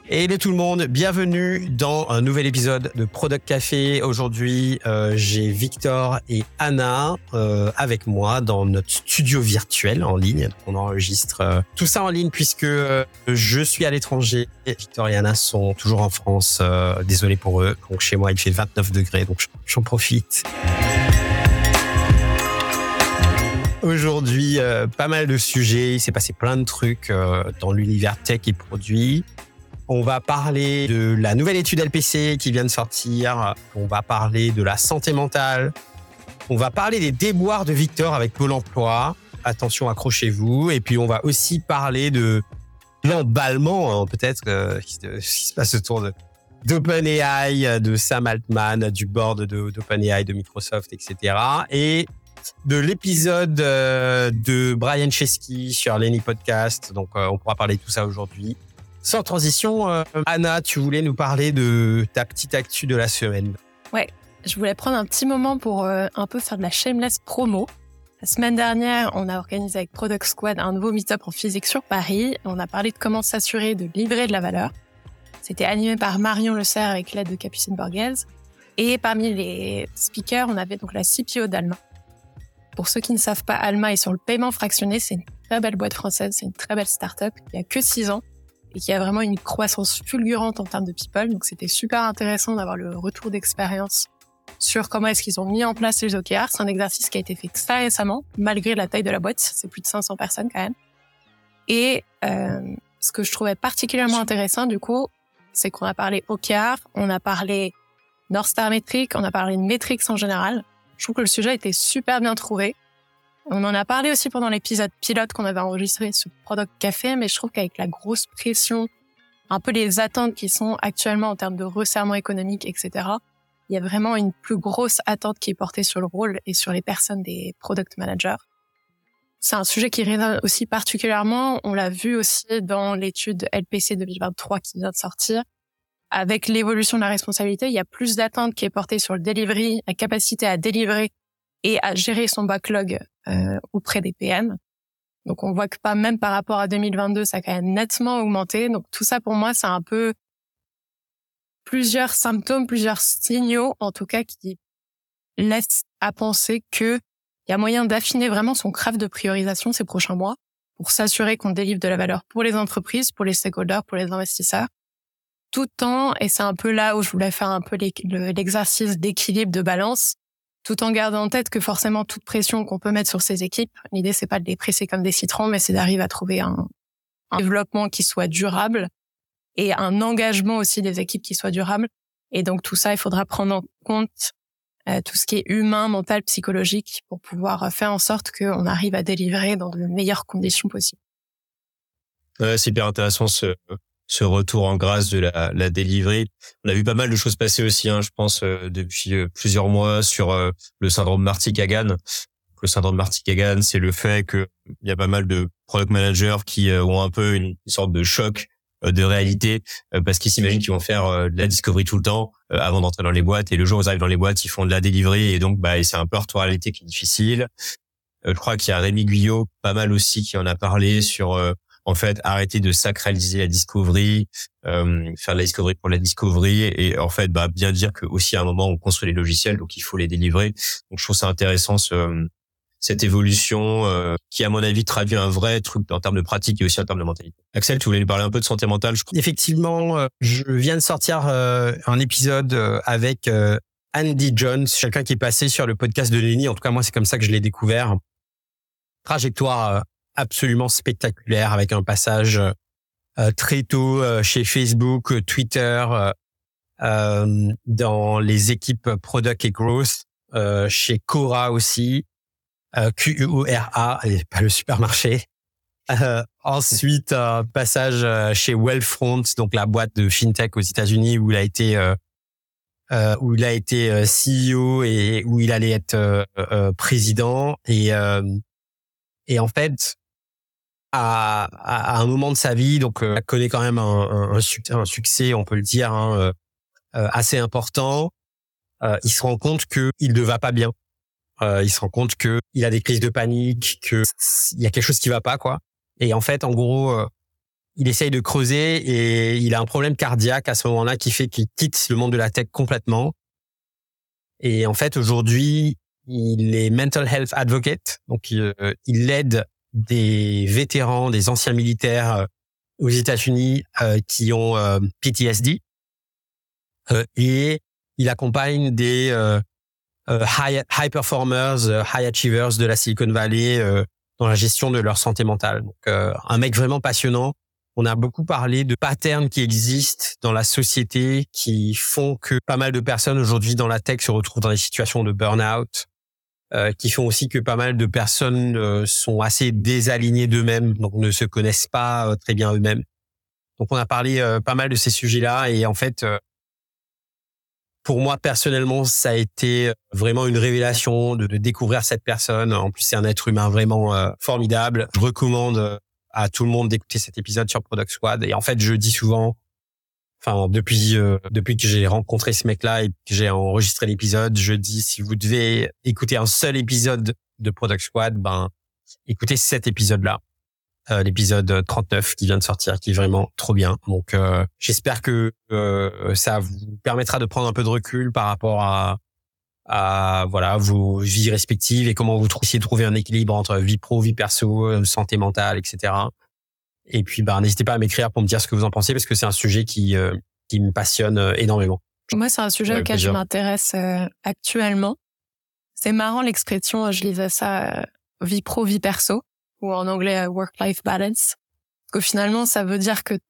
Hello tout le monde, bienvenue dans un nouvel épisode de Product Café. Aujourd'hui, j'ai Victor et Anna avec moi dans notre studio virtuel en ligne. On enregistre tout ça en ligne puisque je suis à l'étranger. Victor et Anna sont toujours en France. Désolé pour eux. Donc chez moi, il fait 29 degrés, donc j'en profite. Aujourd'hui, pas mal de sujets. Il s'est passé plein de trucs dans l'univers tech et produits. On va parler de la nouvelle étude LPC qui vient de sortir. On va parler de la santé mentale. On va parler des déboires de Victor avec Pôle emploi. Attention, accrochez-vous. Et puis, on va aussi parler de l'emballement, peut-être, qui se passe autour d'OpenAI, de Sam Altman, du board d'OpenAI, de Microsoft, etc. Et de l'épisode de Brian Chesky sur Lenny Podcast. Donc, on pourra parler de tout ça aujourd'hui. Sans transition, Anna, tu voulais nous parler de ta petite actu de la semaine. Ouais, je voulais prendre un petit moment pour un peu faire de la shameless promo. La semaine dernière, on a organisé avec Product Squad un nouveau meet-up en physique sur Paris. On a parlé de comment s'assurer de livrer de la valeur. C'était animé par Marion Le Serre avec l'aide de Capucine Borghese. Et parmi les speakers, on avait donc la CPO d'Alma. Pour ceux qui ne savent pas, Alma est sur le paiement fractionné. C'est une très belle boîte française, c'est une très belle start-up qui a que 6 ans. Et qui a vraiment une croissance fulgurante en termes de people. Donc, c'était super intéressant d'avoir le retour d'expérience sur comment est-ce qu'ils ont mis en place les OKR. C'est un exercice qui a été fait très récemment, malgré la taille de la boîte. C'est plus de 500 personnes quand même. Et ce que je trouvais particulièrement intéressant, du coup, c'est qu'on a parlé OKR, on a parlé North Star Metrics, on a parlé de Metrics en général. Je trouve que le sujet était super bien trouvé. On en a parlé aussi pendant l'épisode pilote qu'on avait enregistré sur Product Café, mais je trouve qu'avec la grosse pression, un peu les attentes qui sont actuellement en termes de resserrement économique, etc., il y a vraiment une plus grosse attente qui est portée sur le rôle et sur les personnes des product managers. C'est un sujet qui résonne aussi particulièrement. On l'a vu aussi dans l'étude LPC 2023 qui vient de sortir. Avec l'évolution de la responsabilité, il y a plus d'attente qui est portée sur le delivery, la capacité à délivrer et à gérer son backlog auprès des PM. Donc, on voit que pas même par rapport à 2022, ça a quand même nettement augmenté. Donc, tout ça, pour moi, c'est un peu plusieurs symptômes, plusieurs signaux, en tout cas, qui laissent à penser qu'il y a moyen d'affiner vraiment son craft de priorisation ces prochains mois pour s'assurer qu'on délivre de la valeur pour les entreprises, pour les stakeholders, pour les investisseurs. Tout en, et c'est un peu là où je voulais faire un peu l'exercice d'équilibre, de balance, tout en gardant en tête que forcément toute pression qu'on peut mettre sur ces équipes, l'idée c'est pas de les presser comme des citrons, mais c'est d'arriver à trouver un développement qui soit durable et un engagement aussi des équipes qui soit durable. Et donc tout ça, il faudra prendre en compte tout ce qui est humain, mental, psychologique pour pouvoir faire en sorte qu'on arrive à délivrer dans de meilleures conditions possibles. Ouais, c'est hyper intéressant ce retour en grâce de la delivery. On a vu pas mal de choses passer aussi, je pense, depuis plusieurs mois sur le syndrome Marty-Kagan. Le syndrome Marty-Kagan, c'est le fait que il y a pas mal de product managers qui ont un peu une sorte de choc de réalité parce qu'ils s'imaginent qu'ils vont faire de la discovery tout le temps avant d'entrer dans les boîtes, et le jour où ils arrivent dans les boîtes, ils font de la delivery, et donc c'est un peu un retour à la réalité qui est difficile. Je crois qu'il y a Rémi Guyot, pas mal aussi, qui en a parlé sur en fait, arrêter de sacraliser la discovery, faire de la discovery pour la discovery, et en fait, bien dire que aussi à un moment on construit les logiciels, donc il faut les délivrer. Donc je trouve ça intéressant cette évolution qui, à mon avis, traduit un vrai truc en termes de pratique et aussi en termes de mentalité. Axel, tu voulais nous parler un peu de santé mentale, je crois. Effectivement, je viens de sortir un épisode avec Andy Jones, quelqu'un qui est passé sur le podcast de Lenny. En tout cas, moi, c'est comme ça que je l'ai découvert. Trajectoire absolument spectaculaire, avec un passage très tôt chez Facebook, Twitter, dans les équipes Product et Growth, chez Quora aussi, Quora, et pas le supermarché. Ensuite, passage chez Wellfront, donc la boîte de fintech aux États-Unis où il a été CEO et où il allait être président. Et en fait, à un moment de sa vie, donc connaît quand même un succès, on peut le dire, assez important. Il se rend compte que il ne va pas bien. Il se rend compte que il a des crises de panique, que il y a quelque chose qui va pas, quoi. Et en fait, en gros, il essaye de creuser et il a un problème cardiaque à ce moment-là qui fait qu'il quitte le monde de la tech complètement. Et en fait, aujourd'hui, il est mental health advocate. Donc, il aide des vétérans, des anciens militaires aux États-Unis qui ont PTSD. Et il accompagne des high performers, high achievers de la Silicon Valley dans la gestion de leur santé mentale. Donc, un mec vraiment passionnant. On a beaucoup parlé de patterns qui existent dans la société qui font que pas mal de personnes aujourd'hui dans la tech se retrouvent dans des situations de burn-out, qui font aussi que pas mal de personnes sont assez désalignées d'eux-mêmes, donc ne se connaissent pas très bien eux-mêmes. Donc on a parlé pas mal de ces sujets-là et en fait, pour moi personnellement, ça a été vraiment une révélation de découvrir cette personne. En plus, c'est un être humain vraiment formidable. Je recommande à tout le monde d'écouter cet épisode sur Product Squad. Et en fait, je dis souvent, depuis que j'ai rencontré ce mec-là et que j'ai enregistré l'épisode, je dis si vous devez écouter un seul épisode de Product Squad, écoutez cet épisode-là, l'épisode 39 qui vient de sortir, qui est vraiment trop bien. Donc, j'espère que ça vous permettra de prendre un peu de recul par rapport à voilà vos vies respectives et comment vous essayez de trouver un équilibre entre vie pro, vie perso, santé mentale, etc. Et puis n'hésitez pas à m'écrire pour me dire ce que vous en pensez parce que c'est un sujet qui me passionne énormément. Moi, c'est un sujet auquel je m'intéresse actuellement. C'est marrant l'expression, je lisais ça vie pro, vie perso ou en anglais work-life balance. Parce que finalement, ça veut dire que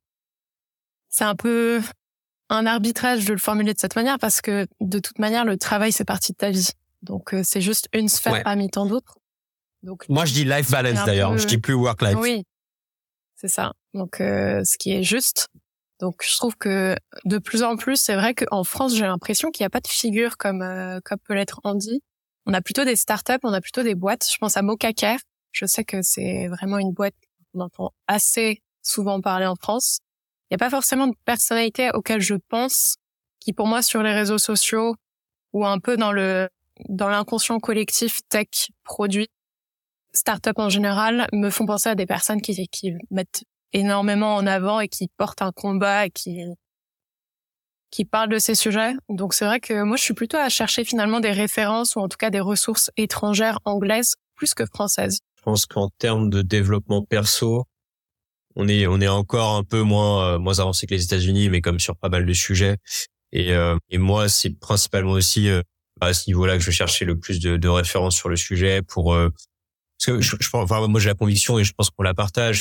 c'est un peu un arbitrage de le formuler de cette manière parce que de toute manière, le travail, c'est partie de ta vie. Donc, c'est juste une sphère parmi tant d'autres. Donc, moi, je dis life balance d'ailleurs. Je dis plus work-life. Oui, c'est ça. Donc, ce qui est juste. Donc, je trouve que de plus en plus, c'est vrai qu'en France, j'ai l'impression qu'il n'y a pas de figure comme peut l'être Andy. On a plutôt des startups, on a plutôt des boîtes. Je pense à Mocacare. Je sais que c'est vraiment une boîte qu'on entend assez souvent parler en France. Il n'y a pas forcément de personnalité auquel je pense qui, pour moi, sur les réseaux sociaux ou un peu dans l'inconscient collectif tech produit, start-up en général, me font penser à des personnes qui mettent énormément en avant et qui portent un combat et qui parlent de ces sujets. Donc, c'est vrai que moi, je suis plutôt à chercher finalement des références ou en tout cas des ressources étrangères anglaises plus que françaises. Je pense qu'en termes de développement perso, on est encore un peu moins avancé que les États-Unis, mais comme sur pas mal de sujets. Et moi, c'est principalement aussi à ce niveau-là que je cherchais le plus de références sur le sujet pour parce que je pense, moi j'ai la conviction et je pense qu'on la partage.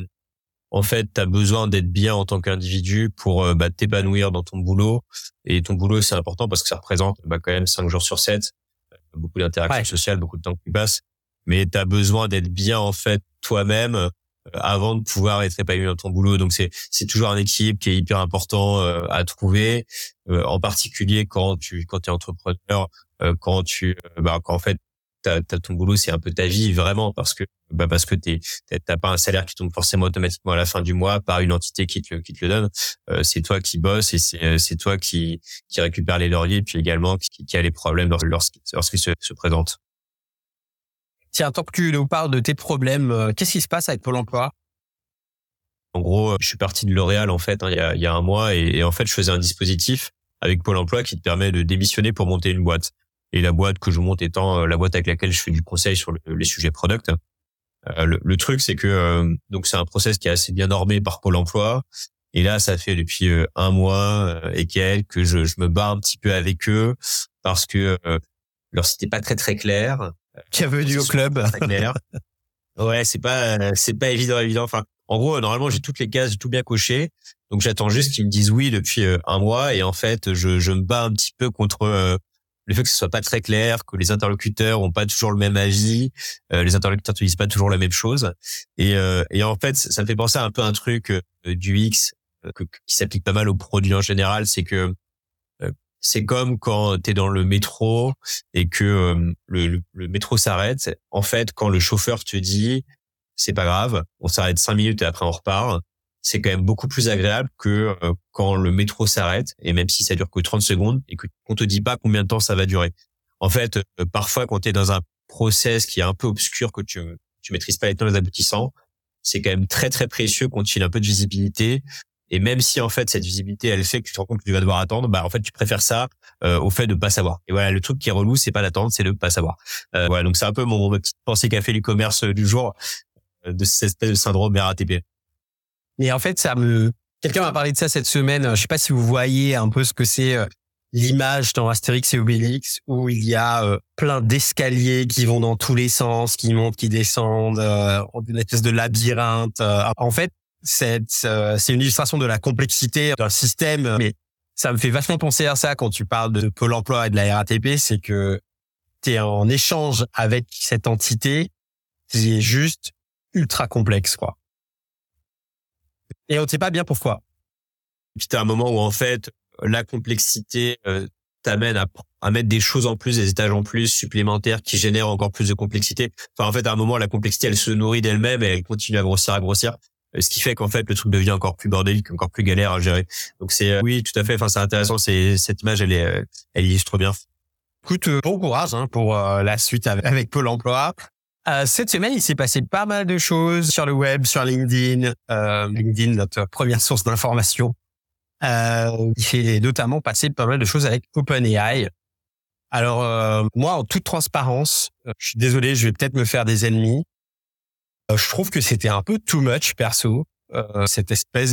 En fait, t'as besoin d'être bien en tant qu'individu pour t'épanouir dans ton boulot. Et ton boulot, c'est important parce que ça représente quand même 5 jours sur 7, beaucoup d'interactions sociales, beaucoup de temps que tu passes. Mais t'as besoin d'être bien en fait toi-même avant de pouvoir être épanoui dans ton boulot. Donc c'est toujours un équilibre qui est hyper important à trouver, en particulier quand t'es entrepreneur, quand en fait t'as ton boulot, c'est un peu ta vie vraiment parce que t'as pas un salaire qui tombe forcément automatiquement à la fin du mois par une entité qui te le donne. C'est toi qui bosses et c'est toi qui récupère les lauriers puis également qui a les problèmes lorsqu'ils se présentent. Tiens, tant que tu nous parles de tes problèmes, qu'est-ce qui se passe avec Pôle emploi? En gros, je suis parti de L'Oréal en fait il y a un mois et en fait je faisais un dispositif avec Pôle emploi qui te permet de démissionner pour monter une boîte. Et la boîte que je monte étant la boîte avec laquelle je fais du conseil sur les sujets product. Le truc, c'est que donc c'est un process qui est assez bien normé par Pôle emploi. Et là, ça fait depuis un mois et quelques que je me bats un petit peu avec eux parce que leur site n'est pas très très clair. Bienvenue au club. Très clair. Ouais, c'est pas évident. Enfin, en gros, normalement, j'ai toutes les cases, j'ai tout bien coché. Donc j'attends juste qu'ils me disent oui depuis un mois. Et en fait, je me bats un petit peu contre le fait que ce soit pas très clair, que les interlocuteurs ont pas toujours le même avis, les interlocuteurs te disent pas toujours la même chose, et en fait ça me fait penser à un peu un truc du X qui s'applique pas mal aux produits en général, c'est que c'est comme quand t'es dans le métro et que le métro s'arrête. En fait, quand le chauffeur te dit c'est pas grave, on s'arrête 5 minutes et après on repart. C'est quand même beaucoup plus agréable que quand le métro s'arrête, et même si ça dure que 30 secondes, et qu'on te dit pas combien de temps ça va durer. En fait, parfois, quand tu es dans un process qui est un peu obscur, que tu maîtrises pas les temps les aboutissants, c'est quand même très très précieux qu'on te file un peu de visibilité. Et même si en fait cette visibilité elle fait que tu te rends compte que tu vas devoir attendre, en fait tu préfères ça au fait de pas savoir. Et voilà, le truc qui est relou, c'est pas d'attendre, c'est de pas savoir. Voilà, donc c'est un peu ma petite pensée qu'a fait l'e-commerce du jour de cette espèce de syndrome RATP. Mais en fait, quelqu'un m'a parlé de ça cette semaine. Je sais pas si vous voyez un peu ce que c'est l'image dans Astérix et Obélix où il y a plein d'escaliers qui vont dans tous les sens, qui montent, qui descendent, une espèce de labyrinthe. En fait, c'est une illustration de la complexité d'un système, mais ça me fait vachement penser à ça quand tu parles de Pôle emploi et de la RATP, c'est que tu es en échange avec cette entité qui est juste ultra complexe, quoi. Et on ne sait pas bien pourquoi. Et puis t'as un moment où en fait la complexité t'amène à mettre des choses en plus, des étages en plus supplémentaires qui génèrent encore plus de complexité. Enfin en fait à un moment la complexité elle se nourrit d'elle-même et elle continue à grossir. Ce qui fait qu'en fait le truc devient encore plus bordélique, encore plus galère à gérer. Donc c'est oui tout à fait. Enfin c'est intéressant. Cette image elle illustre bien. Écoute, bon courage pour la suite avec Pôle emploi. Cette semaine, il s'est passé pas mal de choses sur le web, sur LinkedIn. LinkedIn, notre première source d'information. Il s'est notamment passé pas mal de choses avec OpenAI. Alors, moi, en toute transparence, je suis désolé, je vais peut-être me faire des ennemis. Je trouve que c'était un peu too much, perso. Cette espèce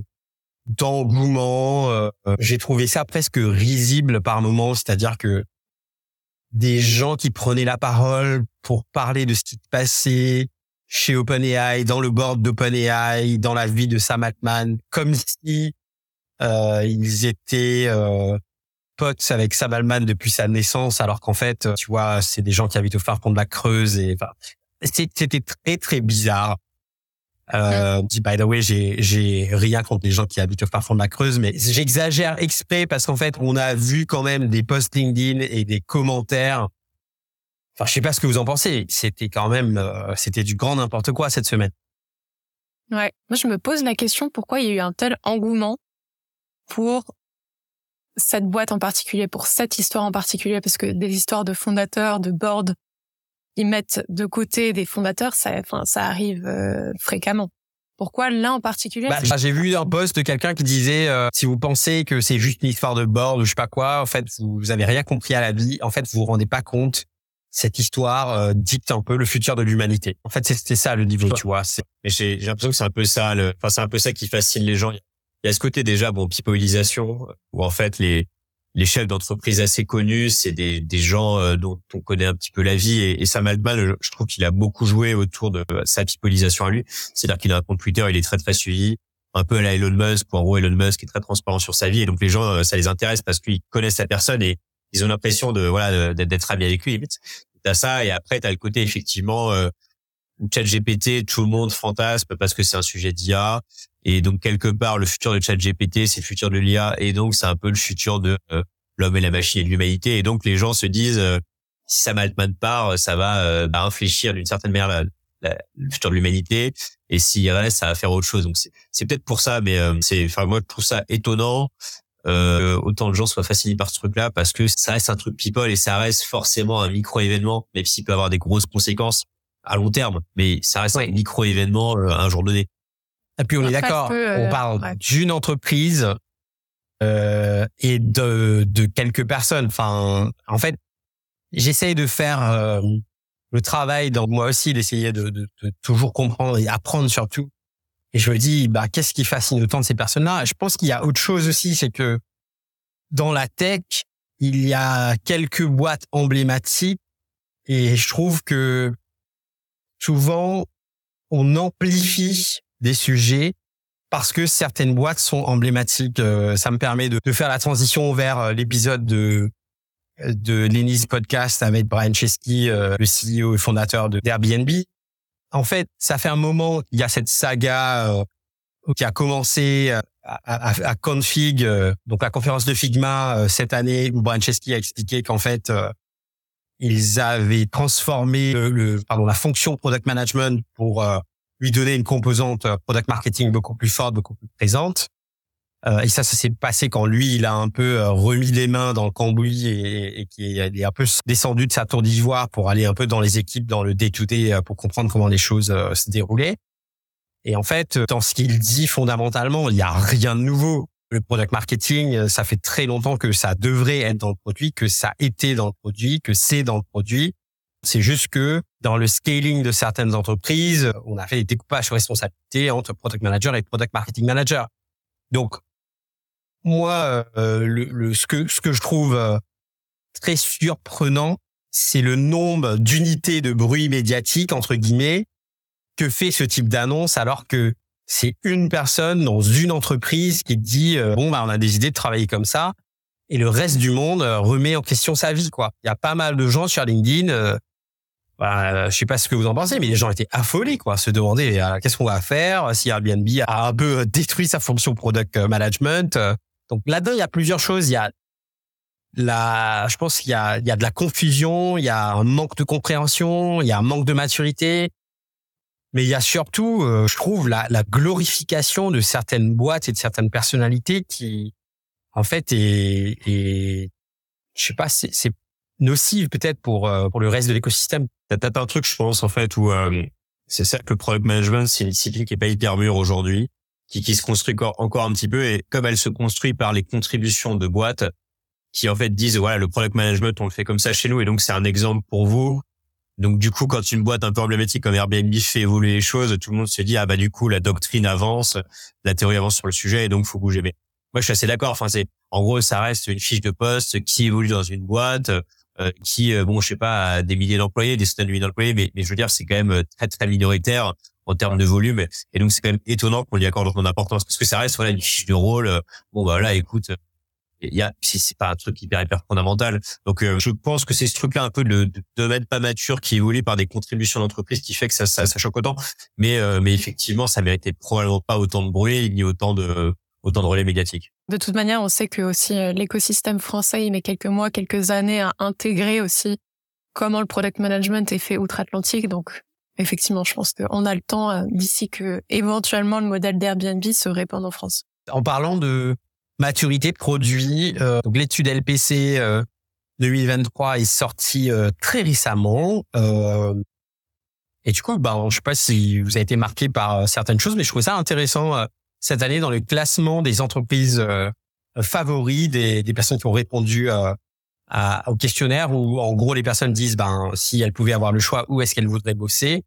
d'engouement. J'ai trouvé ça presque risible par moments, c'est-à-dire que des gens qui prenaient la parole pour parler de ce qui se passait chez OpenAI, dans le board d'OpenAI, dans la vie de Sam Altman, comme si ils étaient potes avec Sam Altman depuis sa naissance, alors qu'en fait, tu vois, c'est des gens qui habitent au fin fond de la Creuse. Et enfin, c'était très très bizarre. By the way, j'ai rien contre les gens qui habitent au fin fond de la Creuse, mais j'exagère exprès parce qu'en fait, on a vu quand même des posts LinkedIn et des commentaires. Enfin, je sais pas ce que vous en pensez. C'était quand même, c'était du grand n'importe quoi cette semaine. Ouais. Moi, je me pose la question pourquoi il y a eu un tel engouement pour cette boîte en particulier, pour cette histoire en particulier, parce que des histoires de fondateurs, de board, ils mettent de côté des fondateurs, ça arrive fréquemment. Pourquoi là en particulier? J'ai vu un post de quelqu'un qui disait si vous pensez que c'est juste une histoire de board ou je sais pas quoi, en fait vous avez rien compris à la vie. En fait vous vous rendez pas compte. Cette histoire dicte un peu le futur de l'humanité. En fait c'était ça le niveau, tu vois. Mais j'ai l'impression que c'est un peu ça. C'est un peu ça qui fascine les gens. Il y a ce côté déjà peopleisation où en fait les chefs d'entreprise assez connus, c'est des gens dont on connaît un petit peu la vie. Et Sam Altman, je trouve qu'il a beaucoup joué autour de sa peopleisation à lui. C'est-à-dire qu'il a un compte Twitter, il est très très suivi, un peu à la Elon Musk. En gros, Elon Musk est très transparent sur sa vie, et donc les gens, ça les intéresse parce qu'ils connaissent sa personne et ils ont l'impression d'être amis avec lui. T'as ça, et après t'as le côté effectivement ChatGPT, tout le monde fantasme parce que c'est un sujet d'IA. Et donc, quelque part, le futur de ChatGPT, c'est le futur de l'IA. Et donc, c'est un peu le futur de l'homme et la machine et de l'humanité. Et donc, les gens se disent, si Sam Altman part, ça va infléchir d'une certaine manière le futur de l'humanité. Et s'il reste, ça va faire autre chose. Donc, c'est peut-être pour ça, mais moi, je trouve ça étonnant. Autant de gens soient fascinés par ce truc-là parce que ça reste un truc people et ça reste forcément un micro-événement, même s'il peut avoir des grosses conséquences à long terme. Mais ça reste un micro-événement un jour donné. Et puis on est d'accord, on parle d'une entreprise et de quelques personnes. Enfin, en fait, j'essaye de faire le travail dans moi aussi, d'essayer de toujours comprendre et apprendre surtout. Et je me dis, qu'est-ce qui fascine autant de ces personnes-là? Je pense qu'il y a autre chose aussi, c'est que dans la tech, il y a quelques boîtes emblématiques et je trouve que souvent, on amplifie des sujets parce que certaines boîtes sont emblématiques. Ça me permet de faire la transition vers l'épisode de Lenny's podcast avec Brian Chesky, le CEO et fondateur d'Airbnb. En fait, ça fait un moment qu'il y a cette saga qui a commencé à Config, donc la conférence de Figma cette année, où Brian Chesky a expliqué qu'en fait, ils avaient transformé la fonction product management pour lui donner une composante product marketing beaucoup plus forte, beaucoup plus présente. Et ça s'est passé quand lui, il a un peu remis les mains dans le cambouis et qui est un peu descendu de sa tour d'ivoire pour aller un peu dans les équipes, dans le day-to-day, pour comprendre comment les choses se déroulaient. Et en fait, dans ce qu'il dit fondamentalement, il y a rien de nouveau. Le product marketing, ça fait très longtemps que ça devrait être dans le produit, que ça était dans le produit, que c'est dans le produit. C'est juste que dans le scaling de certaines entreprises, on a fait des découpages de responsabilités entre product manager et product marketing manager. Donc, moi, ce que je trouve très surprenant, c'est le nombre d'unités de bruit médiatique, entre guillemets, que fait ce type d'annonce, alors que c'est une personne dans une entreprise qui dit on a des idées de travailler comme ça, et le reste du monde remet en question sa vie, quoi. Il y a pas mal de gens sur LinkedIn, je sais pas ce que vous en pensez, mais les gens étaient affolés, quoi, se demander qu'est-ce qu'on va faire si Airbnb a un peu détruit sa fonction product management. Donc là-dedans, il y a plusieurs choses. Il y a je pense qu'il y a de la confusion, il y a un manque de compréhension, il y a un manque de maturité. Mais il y a surtout, je trouve, la glorification de certaines boîtes et de certaines personnalités qui, en fait, est je sais pas, c'est nocive peut-être pour le reste de l'écosystème. T'as un truc, je pense, en fait, où c'est ça que le product management, c'est une discipline qui est pas hyper mûre aujourd'hui, qui se construit encore un petit peu, et comme elle se construit par les contributions de boîtes qui, en fait, disent, voilà, le product management, on le fait comme ça chez nous, et donc c'est un exemple pour vous. Donc du coup, quand une boîte un peu emblématique comme Airbnb fait évoluer les choses, tout le monde se dit du coup la doctrine avance, la théorie avance sur le sujet et donc faut bouger. Mais moi je suis assez d'accord. Enfin en gros ça reste une fiche de poste qui évolue dans une boîte qui je sais pas a des milliers d'employés, des centaines de milliers d'employés, mais je veux dire c'est quand même très très minoritaire en termes de volume et donc c'est quand même étonnant qu'on lui accorde autant d'importance parce que ça reste une fiche de rôle. Écoute. C'est pas un truc hyper fondamental. Donc, je pense que c'est ce truc-là un peu de domaine pas mature qui évolue par des contributions d'entreprise qui fait que ça choque autant. Mais effectivement, ça méritait probablement pas autant de bruit ni autant de relais médiatiques. De toute manière, on sait que aussi l'écosystème français, il met quelques mois, quelques années à intégrer aussi comment le product management est fait outre-Atlantique. Donc, effectivement, je pense qu'on a le temps d'ici que éventuellement le modèle d'Airbnb se répande en France. En parlant de maturité produit, donc l'étude LPC 2023 est sortie très récemment. Et du coup, je sais pas si vous avez été marqué par certaines choses, mais je trouve ça intéressant cette année dans le classement des entreprises favoris des personnes qui ont répondu au questionnaire, où en gros les personnes disent si elles pouvaient avoir le choix, où est-ce qu'elles voudraient bosser.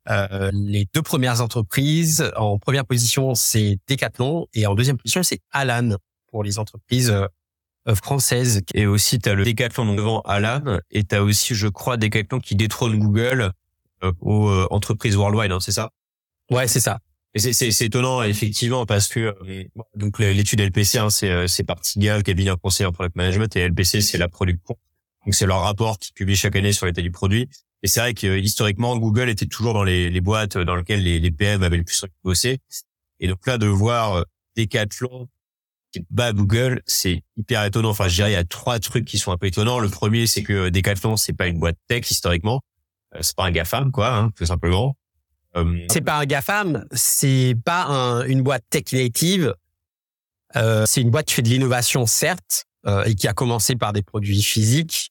Les deux premières entreprises, en première position c'est Decathlon et en deuxième position c'est Alan pour les entreprises françaises. Et aussi t'as le Decathlon donc devant Alan et t'as aussi je crois Decathlon qui détrône Google aux entreprises worldwide, hein, c'est ça? Ouais, c'est ça. Et c'est étonnant effectivement parce que donc l'étude LPC c'est Partigal, cabinet conseiller en product management, et LPC c'est la Product. Donc c'est leur rapport qui publie chaque année sur l'état du produit. Et c'est vrai que historiquement Google était toujours dans les boîtes dans lesquelles les PM avaient le plus bossé. Et donc là de voir Decathlon qui bat Google, c'est hyper étonnant. Enfin, je dirais, il y a trois trucs qui sont un peu étonnants. Le premier, c'est que Decathlon, c'est pas une boîte tech, historiquement. C'est pas un GAFAM, quoi, tout simplement. C'est pas un GAFAM, c'est pas une boîte tech native. C'est une boîte qui fait de l'innovation, certes, et qui a commencé par des produits physiques.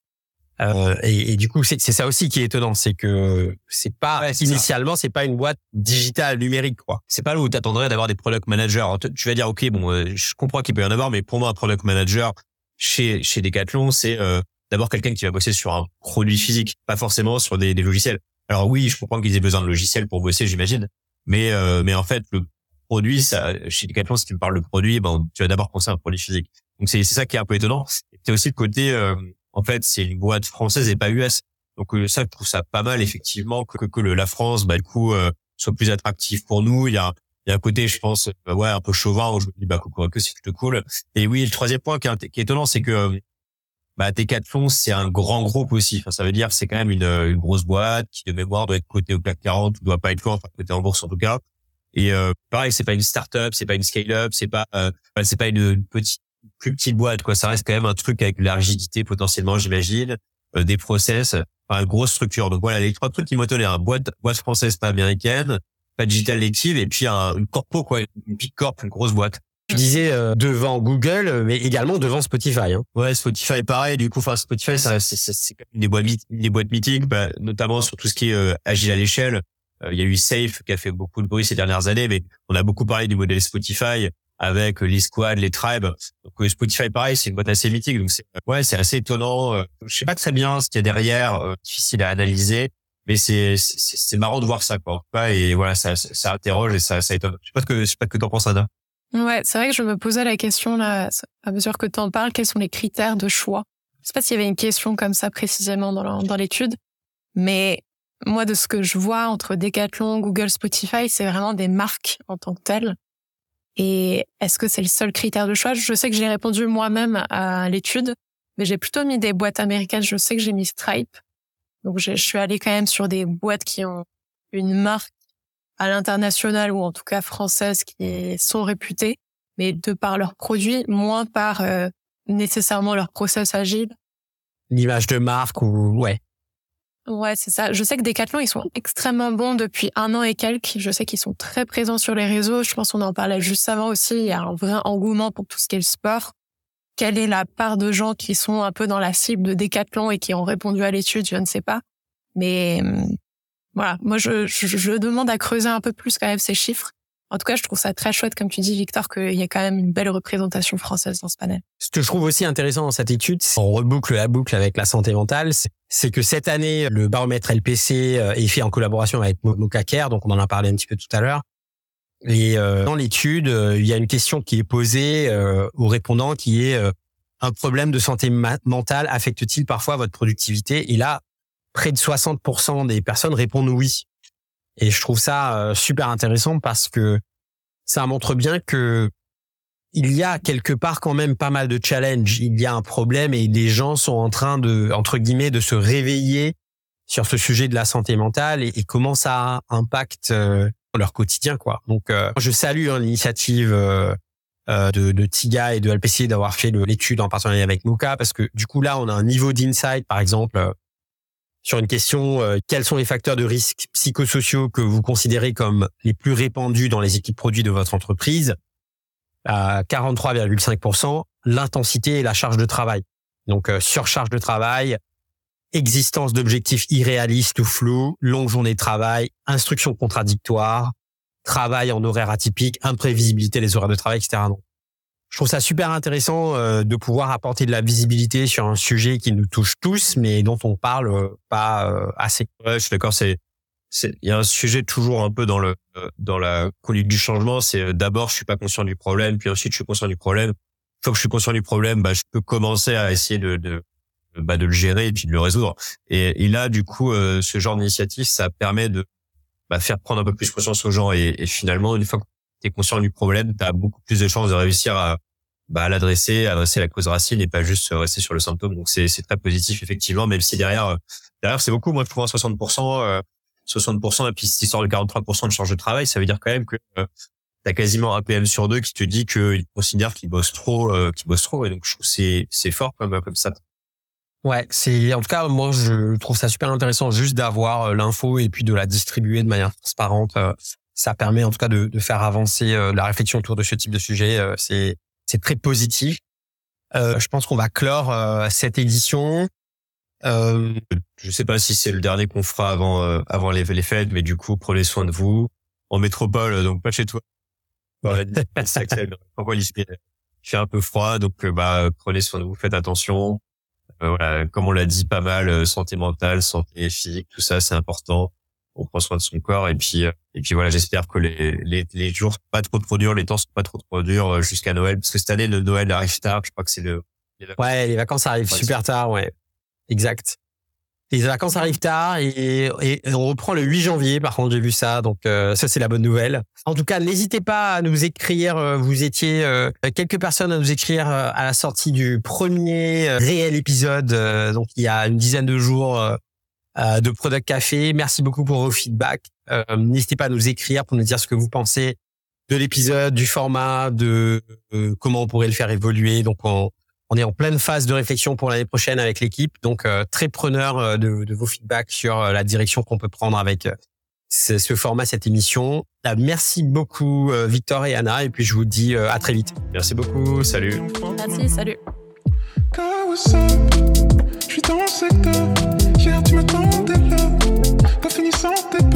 Et du coup, c'est ça aussi qui est étonnant, c'est que c'est pas initialement, c'est pas une boîte digitale numérique, quoi. C'est pas là où t'attendrais d'avoir des product managers. Alors, tu vas dire, ok, je comprends qu'il peut y en avoir, mais pour moi, un product manager chez Decathlon, c'est d'abord quelqu'un qui va bosser sur un produit physique, pas forcément sur des logiciels. Alors oui, je comprends qu'ils aient besoin de logiciels pour bosser, j'imagine, mais en fait, le produit, ça, chez Decathlon, si tu me parles de produit, tu vas d'abord penser à un produit physique. Donc c'est ça qui est un peu étonnant. Et c'est aussi le côté en fait, c'est une boîte française et pas US. Donc ça, je trouve ça pas mal effectivement que la France, du coup, soit plus attractive pour nous. Il y a un côté, je pense, un peu chauvin où je me dis que c'est plutôt cool. Et oui, le troisième point qui est étonnant, c'est que Decathlon, c'est un grand groupe aussi. Enfin, ça veut dire que c'est quand même une grosse boîte qui de mémoire doit être cotée au CAC 40, ou doit pas être loin, enfin cotée en bourse en tout cas. Et pareil, c'est pas une start-up, c'est pas une scale-up, c'est pas une plus petite boîte, quoi. Ça reste quand même un truc avec de la rigidité potentiellement, j'imagine, des process, une grosse structure. Donc voilà, les trois trucs qui m'étonnaient, boîte française pas américaine, pas digital native, et puis une corpo, quoi, une big corp, une grosse boîte. Tu disais devant Google, mais également devant Spotify. Hein. Ouais, Spotify pareil. Du coup, Spotify, c'est quand même des boîtes mythiques, notamment sur tout ce qui est agile à l'échelle. Il y a eu Safe qui a fait beaucoup de bruit ces dernières années, mais on a beaucoup parlé du modèle Spotify avec les squads, les tribes. Donc Spotify, pareil, c'est une boîte assez mythique. Donc c'est assez étonnant. Je sais pas très bien ce qu'il y a derrière, difficile à analyser, mais c'est marrant de voir ça, quoi. En tout cas, et voilà, ça interroge et ça étonne. Je sais pas ce que t'en penses, Anna. Ouais, c'est vrai que je me posais la question là, à mesure que tu en parles, quels sont les critères de choix? Je sais pas s'il y avait une question comme ça précisément dans l'étude, mais moi, de ce que je vois entre Decathlon, Google, Spotify, c'est vraiment des marques en tant que telles. Et est-ce que c'est le seul critère de choix? Je sais que j'ai répondu moi-même à l'étude, mais j'ai plutôt mis des boîtes américaines. Je sais que j'ai mis Stripe. Donc, je suis allée quand même sur des boîtes qui ont une marque à l'international ou en tout cas françaises qui sont réputées, mais de par leurs produits, moins par nécessairement leur process agile. L'image de marque ou ouais. Ouais, c'est ça. Je sais que Decathlon, ils sont extrêmement bons depuis 1 an et quelques. Je sais qu'ils sont très présents sur les réseaux. Je pense qu'on en parlait juste avant aussi. Il y a un vrai engouement pour tout ce qui est le sport. Quelle est la part de gens qui sont un peu dans la cible de Decathlon et qui ont répondu à l'étude? Je ne sais pas. Mais voilà, moi, je demande à creuser un peu plus quand même ces chiffres. En tout cas, je trouve ça très chouette, comme tu dis, Victor, qu'il y a quand même une belle représentation française dans ce panel. Ce que je trouve aussi intéressant dans cette étude, on reboucle la boucle avec la santé mentale, c'est que cette année, le baromètre LPC est fait en collaboration avec Mocacare, donc on en a parlé un petit peu tout à l'heure. Et dans l'étude, il y a une question qui est posée aux répondants qui est un problème de santé mentale affecte-t-il parfois votre productivité? Et là, près de 60% des personnes répondent oui. Et je trouve ça super intéressant parce que ça montre bien que il y a quelque part quand même pas mal de challenges. Il y a un problème et les gens sont en train de, entre guillemets, de se réveiller sur ce sujet de la santé mentale et comment ça impacte leur quotidien, quoi. Donc, je salue l'initiative de TIGA et de LPC d'avoir fait l'étude en partenariat avec Moka parce que du coup là, on a un niveau d'insight, par exemple. Sur une question, quels sont les facteurs de risque psychosociaux que vous considérez comme les plus répandus dans les équipes produits de votre entreprise? À 43,5%, l'intensité et la charge de travail. Donc, surcharge de travail, existence d'objectifs irréalistes ou flous, longue journée de travail, instructions contradictoires, travail en horaire atypique, imprévisibilité des horaires de travail, etc. Donc, je trouve ça super intéressant de pouvoir apporter de la visibilité sur un sujet qui nous touche tous, mais dont on parle pas assez. Ouais, je suis d'accord. Il y a un sujet toujours un peu dans la conduite du changement. C'est d'abord, je suis pas conscient du problème, puis ensuite, je suis conscient du problème. Une fois que je suis conscient du problème, je peux commencer à essayer de le gérer et puis de le résoudre. Et là, du coup, ce genre d'initiative, ça permet de faire prendre un peu plus conscience aux gens. Et finalement, une fois que tu es conscient du problème, tu as beaucoup plus de chances de réussir à l'adresser, adresser la cause racine et pas juste rester sur le symptôme. Donc c'est très positif effectivement, même si derrière c'est beaucoup. Moi je trouve 60% et puis cette histoire de 43% de charge de travail, ça veut dire quand même que t'as quasiment un PM sur 2 qui te dit qu'il considère qu'il bosse trop, et donc je trouve que c'est fort comme ça. Ouais, en tout cas moi je trouve ça super intéressant juste d'avoir l'info et puis de la distribuer de manière transparente. Ça permet en tout cas de faire avancer la réflexion autour de ce type de sujet. C'est très positif. Je pense qu'on va clore cette édition. Je sais pas si c'est le dernier qu'on fera avant les fêtes, mais du coup, prenez soin de vous. En métropole, donc pas chez toi. Il fait un peu froid, donc prenez soin de vous, faites attention. Voilà, comme on l'a dit pas mal, santé mentale, santé physique, tout ça, c'est important. On prend soin de son corps et puis voilà, j'espère que les jours sont pas trop durs, les temps sont pas trop durs jusqu'à Noël, parce que cette année le Noël arrive tard. Je crois que c'est les vacances arrivent super tard, ouais, exact. Les vacances arrivent tard et on reprend le 8 janvier. Par contre, j'ai vu ça, donc ça c'est la bonne nouvelle. En tout cas, n'hésitez pas à nous écrire. Vous étiez quelques personnes à nous écrire à la sortie du premier réel épisode, donc il y a une dizaine de jours. De Product Café. Merci beaucoup pour vos feedbacks. N'hésitez pas à nous écrire pour nous dire ce que vous pensez de l'épisode, du format, de comment on pourrait le faire évoluer. Donc, on est en pleine phase de réflexion pour l'année prochaine avec l'équipe. Donc, très preneur de vos feedbacks sur la direction qu'on peut prendre avec ce format, cette émission. Merci beaucoup, Victor et Anna. Et puis, je vous dis à très vite. Merci beaucoup. Salut. Merci, salut. Je suis dans le secteur. Hier tu m'attendais là, pas fini sans tête.